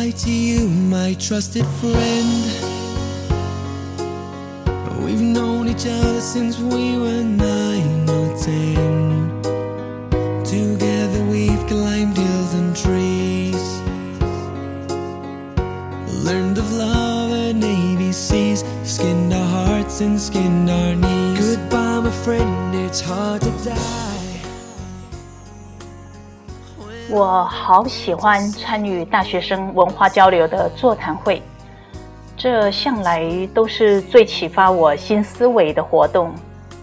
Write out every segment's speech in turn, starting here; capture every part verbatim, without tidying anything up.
goodbye to you, my trusted friend. We've known each other since we were nine or ten. Together we've climbed hills and trees, learned of love and A B Cs, skinned our hearts and skinned our knees. Goodbye, my friend, it's hard to die. 我好喜欢参与大学生文化交流的座谈会，这向来都是最启发我新思维的活动。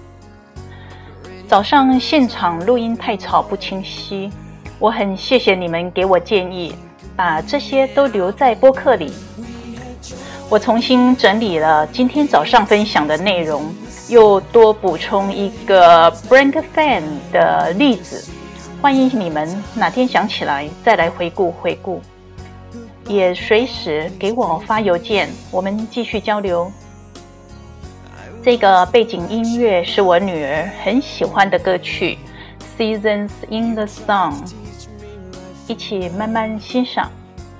早上现场录音太吵不清晰，我很谢谢你们给我建议，把这些都留在播客里。我重新整理了今天早上分享的内容，又多补充一个 Brand Fan 的例子，欢迎你们哪天想起来再来回顾回顾，也随时给我发邮件，我们继续交流。这个背景音乐是我女儿很喜欢的歌曲 Seasons in the Sun， 一起慢慢欣赏。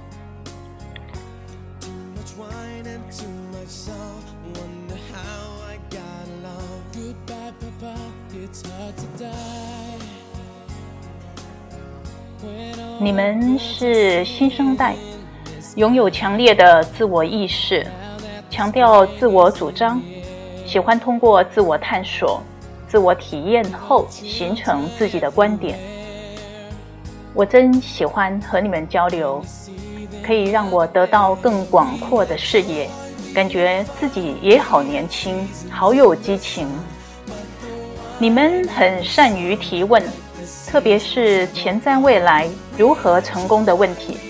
你们是新生代，拥有强烈的自我意识，强调自我主张，喜欢通过自我探索、自我体验后形成自己的观点。我真喜欢和你们交流，可以让我得到更广阔的视野，感觉自己也好年轻，好有激情。你们很善于提问，特别是前瞻未来如何成功的问题。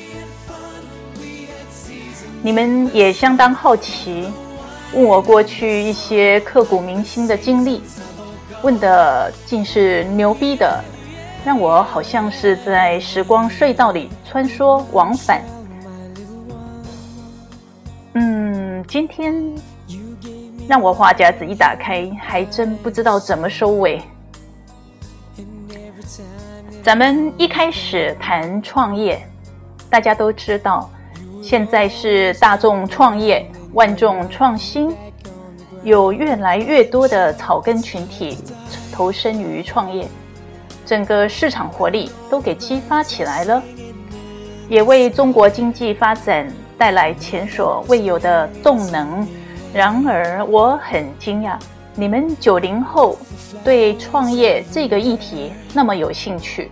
你们也相当好奇，问我过去一些刻骨铭心的经历，问的尽是牛逼的，让我好像是在时光隧道里穿梭往返。嗯，今天让我话匣子一打开，还真不知道怎么收尾。咱们一开始谈创业，大家都知道，现在是大众创业，万众创新，有越来越多的草根群体投身于创业，整个市场活力都给激发起来了，也为中国经济发展带来前所未有的动能。然而我很惊讶，你们九零后对创业这个议题那么有兴趣。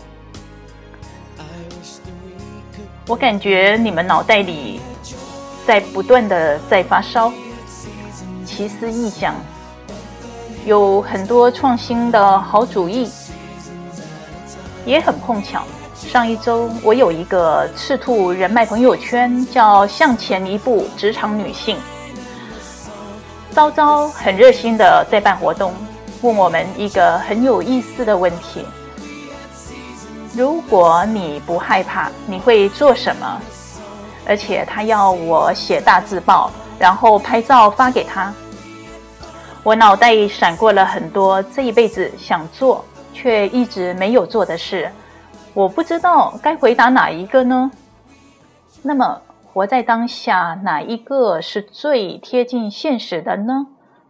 我感觉你们脑袋里在不断的在发烧，奇思异想，有很多创新的好主意。也很碰巧，上一周我有一个赤兔人脉朋友圈叫向前一步职场女性，昭昭很热心的在办活动，问我们一个很有意思的问题：如果你不害怕，你会做什么？而且他要我写大字报，然后拍照发给他。我脑袋闪过了很多这一辈子想做却一直没有做的事，我不知道该回答哪一个呢？那么活在当下，哪一个是最贴近现实的呢？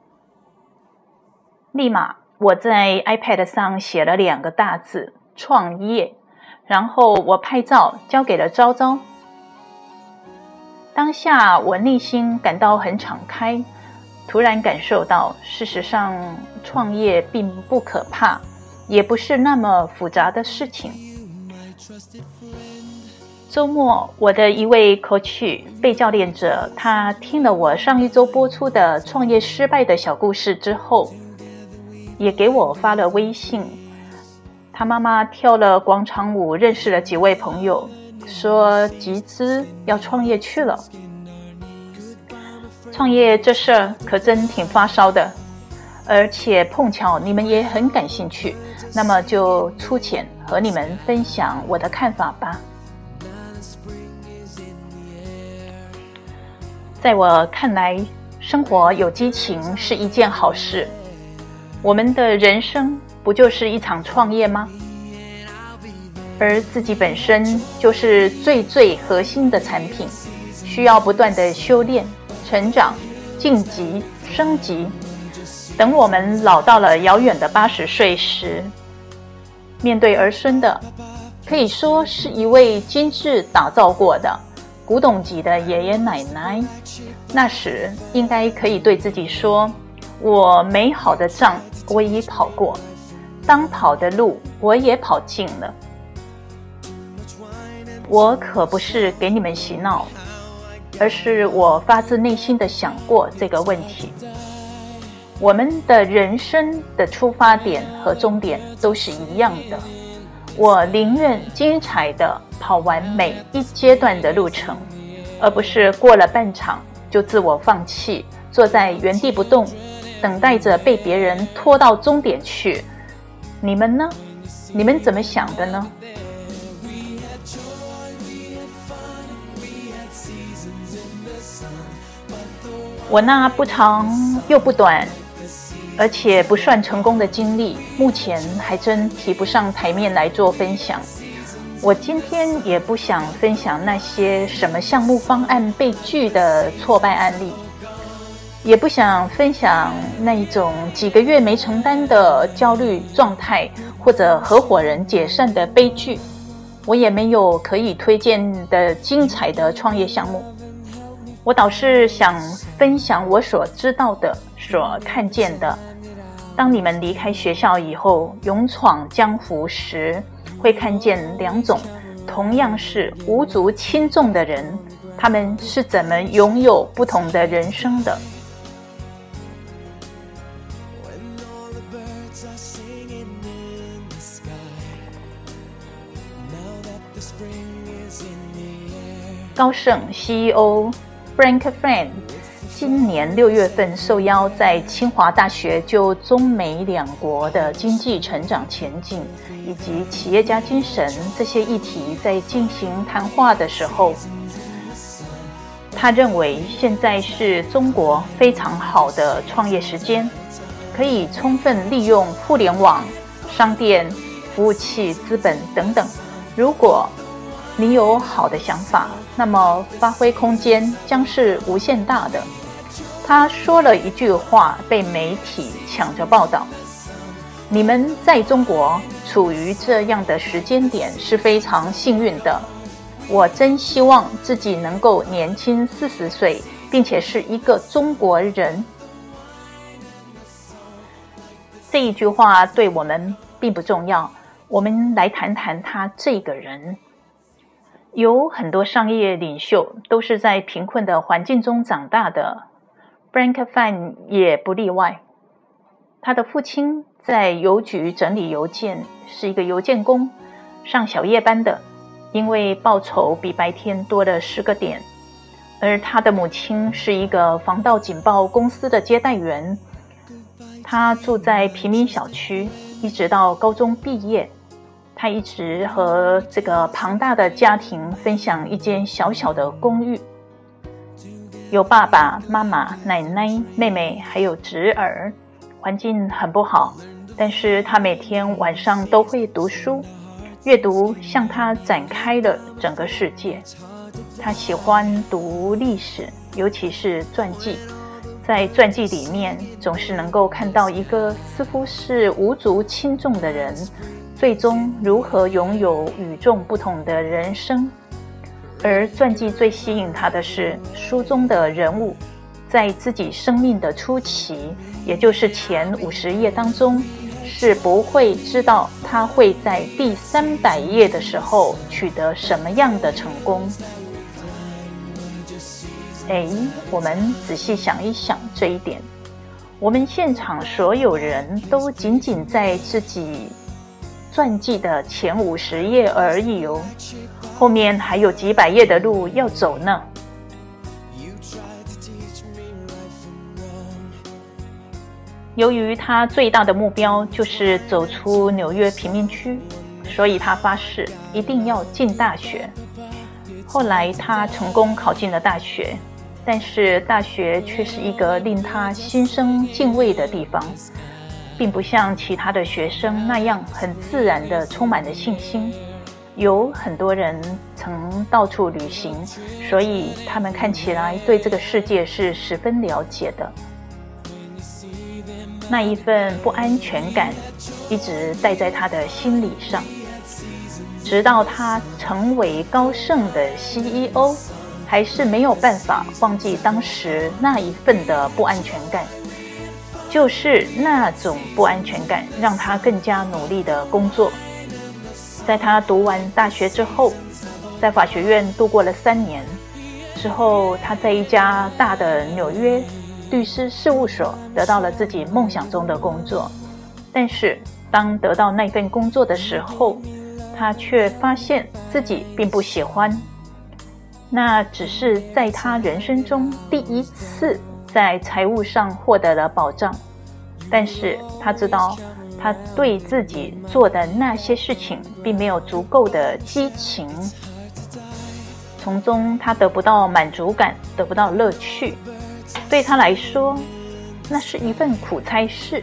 立马我在 iPad 上写了两个大字：创业，然后我拍照交给了昭昭。当下我内心感到很敞开，突然感受到事实上创业并不可怕，也不是那么复杂的事情。周末我的一位 coach 被教练者，他听了我上一周播出的创业失败的小故事之后，也给我发了微信。他妈妈跳了广场舞，认识了几位朋友，说集资要创业去了。创业这事儿可真挺发烧的，而且碰巧你们也很感兴趣，那么就粗浅和你们分享我的看法吧。在我看来，生活有激情是一件好事。我们的人生不就是一场创业吗？ 而自己本身就是最最核心的产品，需要不断的修炼、成长、晋级、升级。等我们老到了遥远的八十岁时，面对儿孙的，可以说是一位精致打造过的古董级的爷爷奶奶。那时应该可以对自己说，我美好的仗我已跑过，当跑的路我也跑尽了。我可不是给你们洗脑，而是我发自内心的想过这个问题。我们的人生的出发点和终点都是一样的，我宁愿精彩的跑完每一阶段的路程，而不是过了半场就自我放弃，坐在原地不动，等待着被别人拖到终点去。你们呢？你们怎么想的呢？我那不长又不短，而且不算成功的经历，目前还真提不上台面来做分享。我今天也不想分享那些什么项目方案被拒的挫败案例，也不想分享那一种几个月没承担的焦虑状态，或者合伙人解散的悲剧。我也没有可以推荐的精彩的创业项目，我倒是想分享我所知道的、所看见的。当你们离开学校以后，勇闯江湖时，会看见两种同样是无足轻重的人，他们是怎么拥有不同的人生的。高盛 C E O Frank Fran 今年六月份受邀在清华大学就中美两国的经济成长前景以及企业家精神这些议题在进行谈话的时候，他认为现在是中国非常好的创业时间，可以充分利用互联网、商店、服务器、资本等等。如果你有好的想法，那么发挥空间将是无限大的。他说了一句话，被媒体抢着报道：你们在中国处于这样的时间点是非常幸运的，我真希望自己能够年轻四十岁，并且是一个中国人。这一句话对我们并不重要，我们来谈谈他这个人。有很多商业领袖都是在贫困的环境中长大的， Frank Fran 也不例外。他的父亲在邮局整理邮件，是一个邮件工，上小夜班的，因为报酬比白天多了十个点。而他的母亲是一个防盗警报公司的接待员，他住在贫民小区，一直到高中毕业。他一直和这个庞大的家庭分享一间小小的公寓，有爸爸妈妈、奶奶、妹妹还有侄儿，环境很不好，但是他每天晚上都会读书，阅读向他展开了整个世界。他喜欢读历史，尤其是传记，在传记里面总是能够看到一个似乎是无足轻重的人，最终如何拥有与众不同的人生。而传记最吸引他的是书中的人物在自己生命的初期，也就是前五十页当中，是不会知道他会在第三百页的时候取得什么样的成功。哎，我们仔细想一想这一点，我们现场所有人都仅仅在自己传记的前五十页而已哦，后面还有几百页的路要走呢。由于他最大的目标就是走出纽约贫民区，所以他发誓一定要进大学。后来他成功考进了大学，但是大学却是一个令他心生敬畏的地方，并不像其他的学生那样很自然地充满了信心， 有很多人曾到处旅行，所以他们看起来对这个世界是十分了解的。那一份不安全感一直带在他的心理上，直到他成为高盛的 C E O， 还是没有办法忘记当时那一份的不安全感。就是那种不安全感让他更加努力的工作。在他读完大学之后，在法学院度过了三年之后，他在一家大的纽约律师事务所得到了自己梦想中的工作。但是当得到那份工作的时候，他却发现自己并不喜欢。那只是在他人生中第一次在财务上获得了保障，但是他知道他对自己做的那些事情并没有足够的激情，从中他得不到满足感，得不到乐趣。对他来说，那是一份苦差事。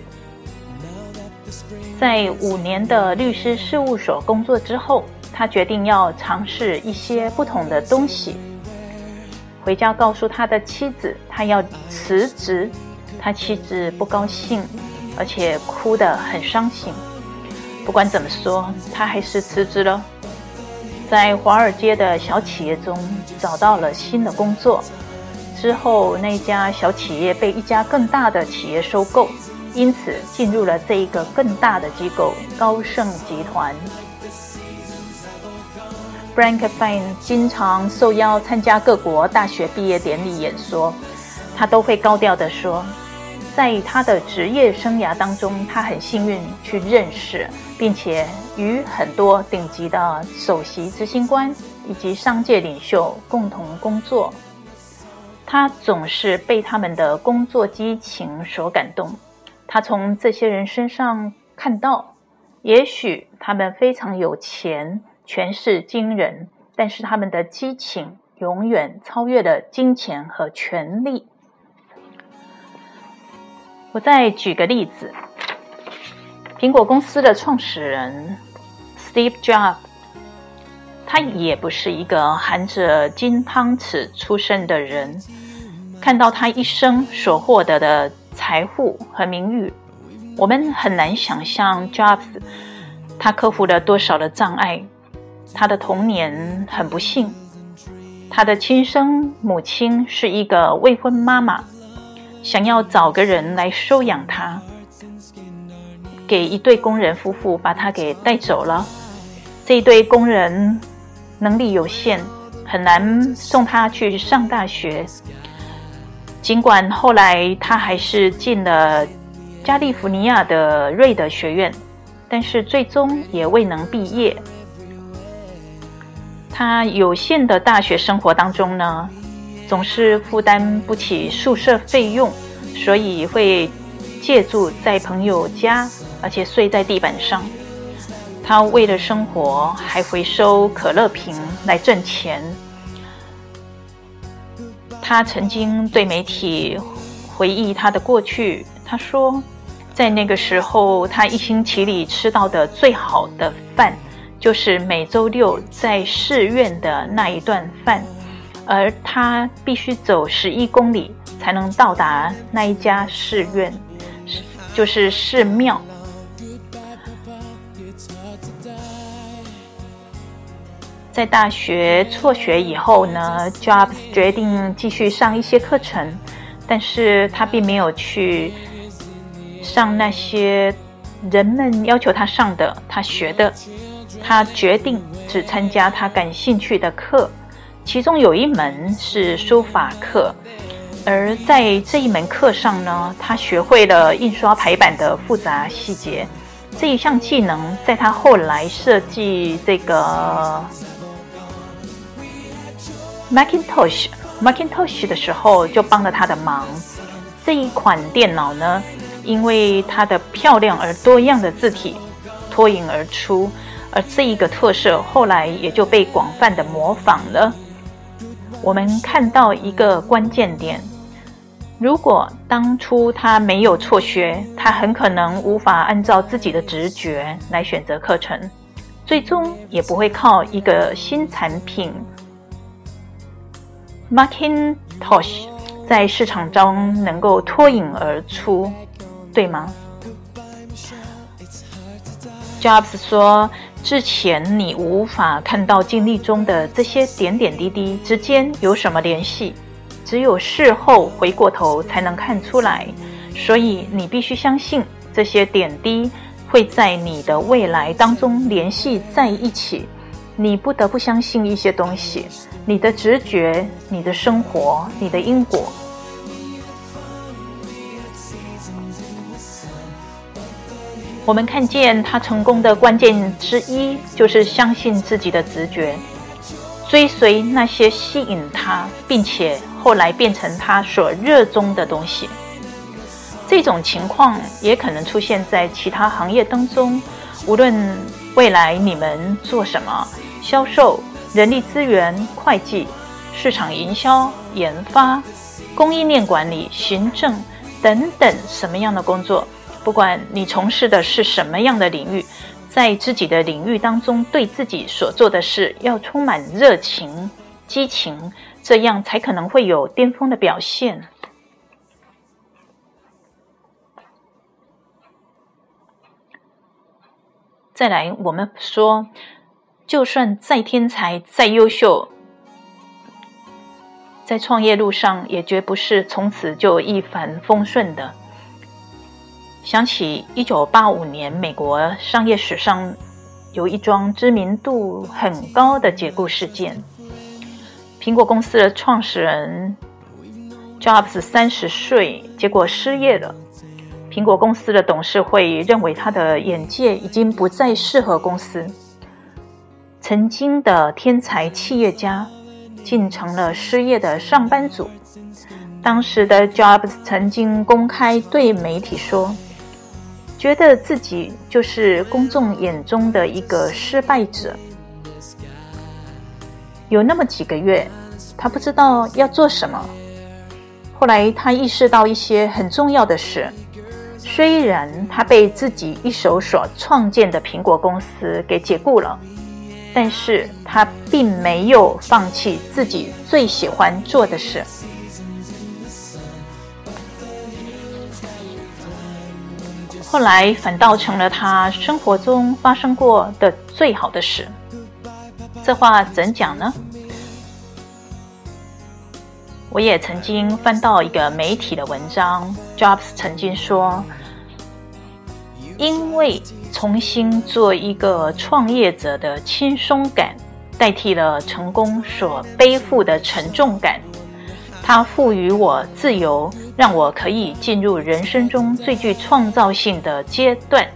在五年的律师事务所工作之后，他决定要尝试一些不同的东西。回家告诉他的妻子，他要辞职。他妻子不高兴，而且哭得很伤心。不管怎么说，他还是辞职了。在华尔街的小企业中找到了新的工作。之后，那家小企业被一家更大的企业收购，因此进入了这一个更大的机构——高盛集团。Frank Fine 经常受邀参加各国大学毕业典礼演说，他都会高调地说，在他的职业生涯当中，他很幸运去认识并且与很多顶级的首席执行官以及商界领袖共同工作。他总是被他们的工作激情所感动。他从这些人身上看到，也许他们非常有钱，权势惊人，但是他们的激情永远超越了金钱和权力。我再举个例子，苹果公司的创始人 Steve Jobs， 他也不是一个含着金汤匙出生的人。看到他一生所获得的财富和名誉，我们很难想象 Jobs 他克服了多少的障碍。他的童年很不幸，他的亲生母亲是一个未婚妈妈，想要找个人来收养他，给一对工人夫妇把他给带走了。这一对工人能力有限，很难送他去上大学。尽管后来他还是进了加利福尼亚的瑞德学院，但是最终也未能毕业。他有限的大学生活当中呢，总是负担不起宿舍费用，所以会借住在朋友家，而且睡在地板上。他为了生活还回收可乐瓶来挣钱。他曾经对媒体回忆他的过去，他说在那个时候他一星期里吃到的最好的饭就是每周六在市院的那一顿饭，而他必须走十一公里才能到达那一家寺院，就是寺庙。在大学辍学以后呢 Jobs 决定继续上一些课程，但是他并没有去上那些人们要求他上的他学的，他决定只参加他感兴趣的课，其中有一门是书法课。而在这一门课上呢，他学会了印刷排版的复杂细节。这一项技能在他后来设计这个Macintosh Macintosh 的时候就帮了他的忙。这一款电脑呢，因为它的漂亮而多样的字体脱颖而出，而这一个特色后来也就被广泛的模仿了。我们看到一个关键点，如果当初他没有辍学，他很可能无法按照自己的直觉来选择课程。 最终也不会靠一个新产品 Macintosh 在市场中能够脱颖而出，对吗？ Jobs 说，之前你无法看到经历中的这些点点滴滴之间有什么联系，只有事后回过头才能看出来，所以你必须相信这些点滴会在你的未来当中联系在一起。你不得不相信一些东西，你的直觉，你的生活，你的因果。我们看见他成功的关键之一，就是相信自己的直觉，追随那些吸引他，并且后来变成他所热衷的东西。这种情况也可能出现在其他行业当中，无论未来你们做什么，销售、人力资源、会计、市场营销、研发、供应链管理、行政等等什么样的工作，不管你从事的是什么样的领域，在自己的领域当中，对自己所做的事要充满热情、激情，这样才可能会有巅峰的表现。再来，我们说，就算再天才、再优秀，在创业路上也绝不是从此就一帆风顺的。想起一九八五年美国商业史上有一桩知名度很高的解雇事件，苹果公司的创始人 Jobs 三十岁，结果失业了。苹果公司的董事会认为他的眼界已经不再适合公司，曾经的天才企业家竟成了失业的上班族。当时的 Jobs 曾经公开对媒体说，觉得自己就是公众眼中的一个失败者。有那么几个月，他不知道要做什么。后来他意识到一些很重要的事，虽然他被自己一手所创建的苹果公司给解雇了，但是他并没有放弃自己最喜欢做的事。后来反倒成了他生活中发生过的最好的事。这话怎讲呢？我也曾经翻到一个媒体的文章， Jobs 曾经说，因为重新做一个创业者的轻松感代替了成功所背负的沉重感，它赋予我自由，让我可以进入人生中最具创造性的阶段。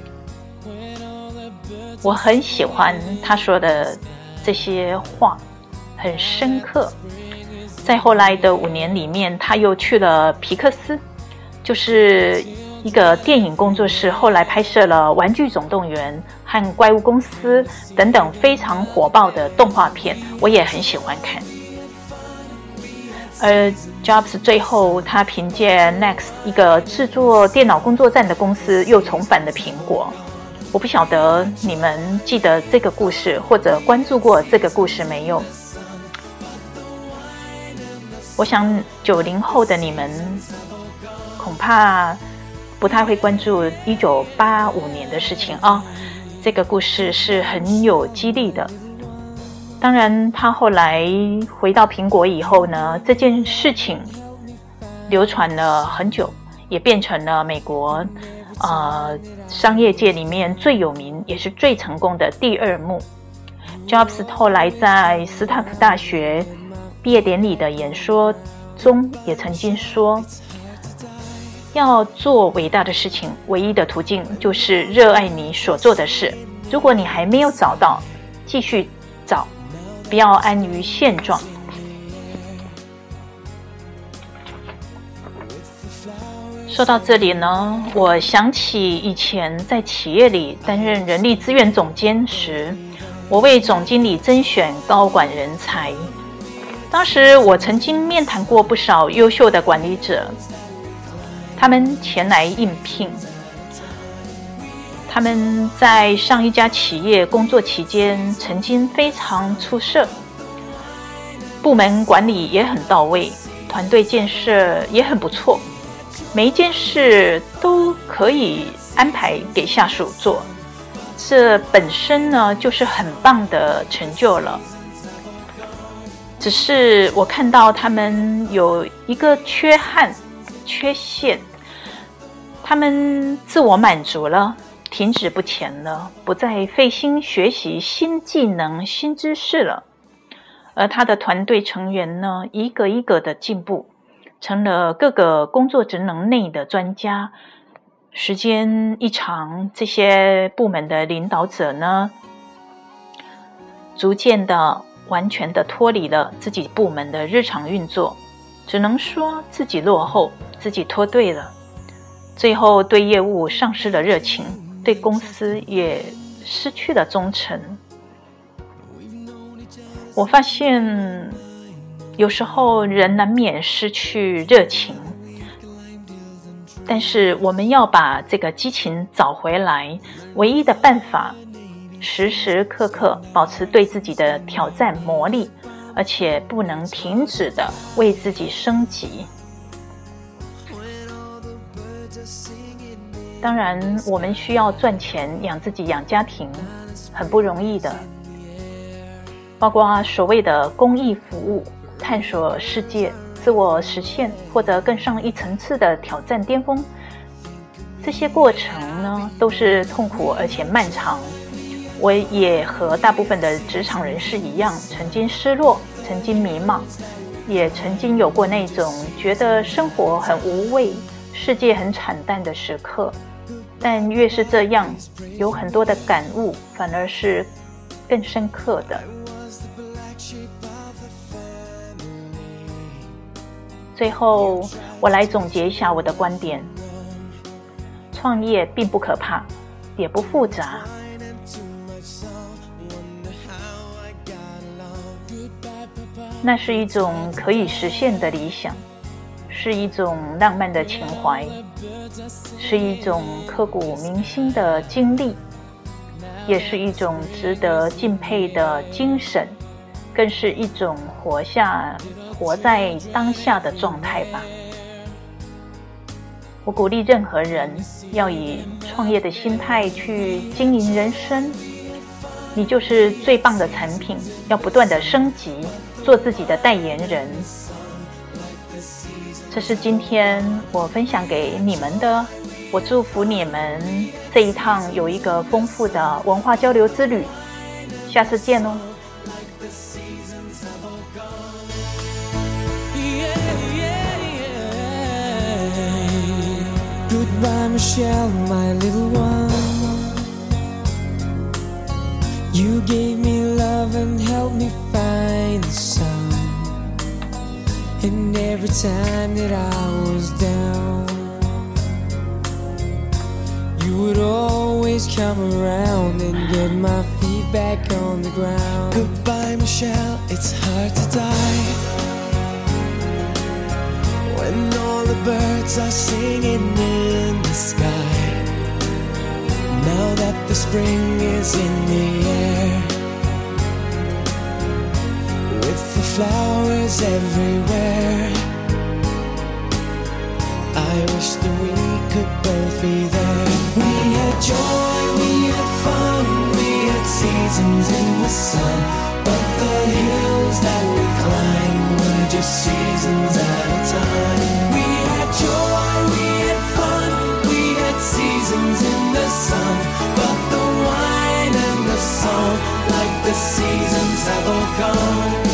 我很喜欢他说的这些话，很深刻。在后来的五年里面，他又去了皮克斯，就是一个电影工作室，后来拍摄了《玩具总动员》和《怪物公司》等等非常火爆的动画片，我也很喜欢看。而 Jobs 最后他凭借 Next 一个制作电脑工作站的公司又重返了苹果。我不晓得你们记得这个故事或者关注过这个故事没有。我想九零后的你们恐怕不太会关注一九八五年的事情啊、哦，这个故事是很有激励的。当然他后来回到苹果以后呢，这件事情流传了很久，也变成了美国呃商业界里面最有名也是最成功的第二幕。 Jobs 后来在斯坦福大学毕业典礼的演说中也曾经说，要做伟大的事情，唯一的途径就是热爱你所做的事。如果你还没有找到，继续找，不要安于现状。说到这里呢，我想起以前在企业里担任人力资源总监时，我为总经理甄选高管人才。当时我曾经面谈过不少优秀的管理者，他们前来应聘。 他们在上一家企业工作期间曾经非常出色，部门管理也很到位，团队建设也很不错，每一件事都可以安排给下属做，这本身呢就是很棒的成就了。只是我看到他们有一个缺憾、缺陷，他们自我满足了，停止不前了，不再费心学习新技能、新知识了。而他的团队成员呢，一个一个的进步，成了各个工作职能内的专家。时间一长，这些部门的领导者呢，逐渐的、完全的脱离了自己部门的日常运作，只能说自己落后，自己脱队了。最后对业务丧失了热情，对公司也失去了忠诚。我发现有时候人难免失去热情，但是我们要把这个激情找回来，唯一的办法，时时刻刻保持对自己的挑战磨砺，而且不能停止的为自己升级。当然我们需要赚钱养自己养家庭，很不容易的，包括所谓的公益服务、探索世界、自我实现或者更上一层次的挑战巅峰，这些过程呢都是痛苦而且漫长。我也和大部分的职场人士一样，曾经失落，曾经迷茫，也曾经有过那种觉得生活很无味，世界很惨淡的时刻。但越是这样，有很多的感悟反而是更深刻的。最后我来总结一下我的观点，创业并不可怕，也不复杂，那是一种可以实现的理想，是一种浪漫的情怀，是一种刻骨铭心的经历，也是一种值得敬佩的精神，更是一种活下活在当下的状态吧。我鼓励任何人要以创业的心态去经营人生，你就是最棒的产品，要不断的升级，做自己的代言人。这是今天我分享给你们的，我祝福你们这一趟有一个丰富的文化交流之旅，下次见哦。 Goodbye, Michelle, my little one. You gave me love and helped me find the sun. And every time that I was down, you would always come around and get my feet back on the ground. Goodbye, Michelle, it's hard to die when all the birds are singing in the sky. Now that the spring is in the air, with the flowers everywhere, I wish that we could both be there. We had joy, we had fun, we had seasons in the sun, but the hills that we climbed were just seasons at a time. We had joy, we had fun, we had seasons in the sun, but the wine and the song, like the seasons have all gone.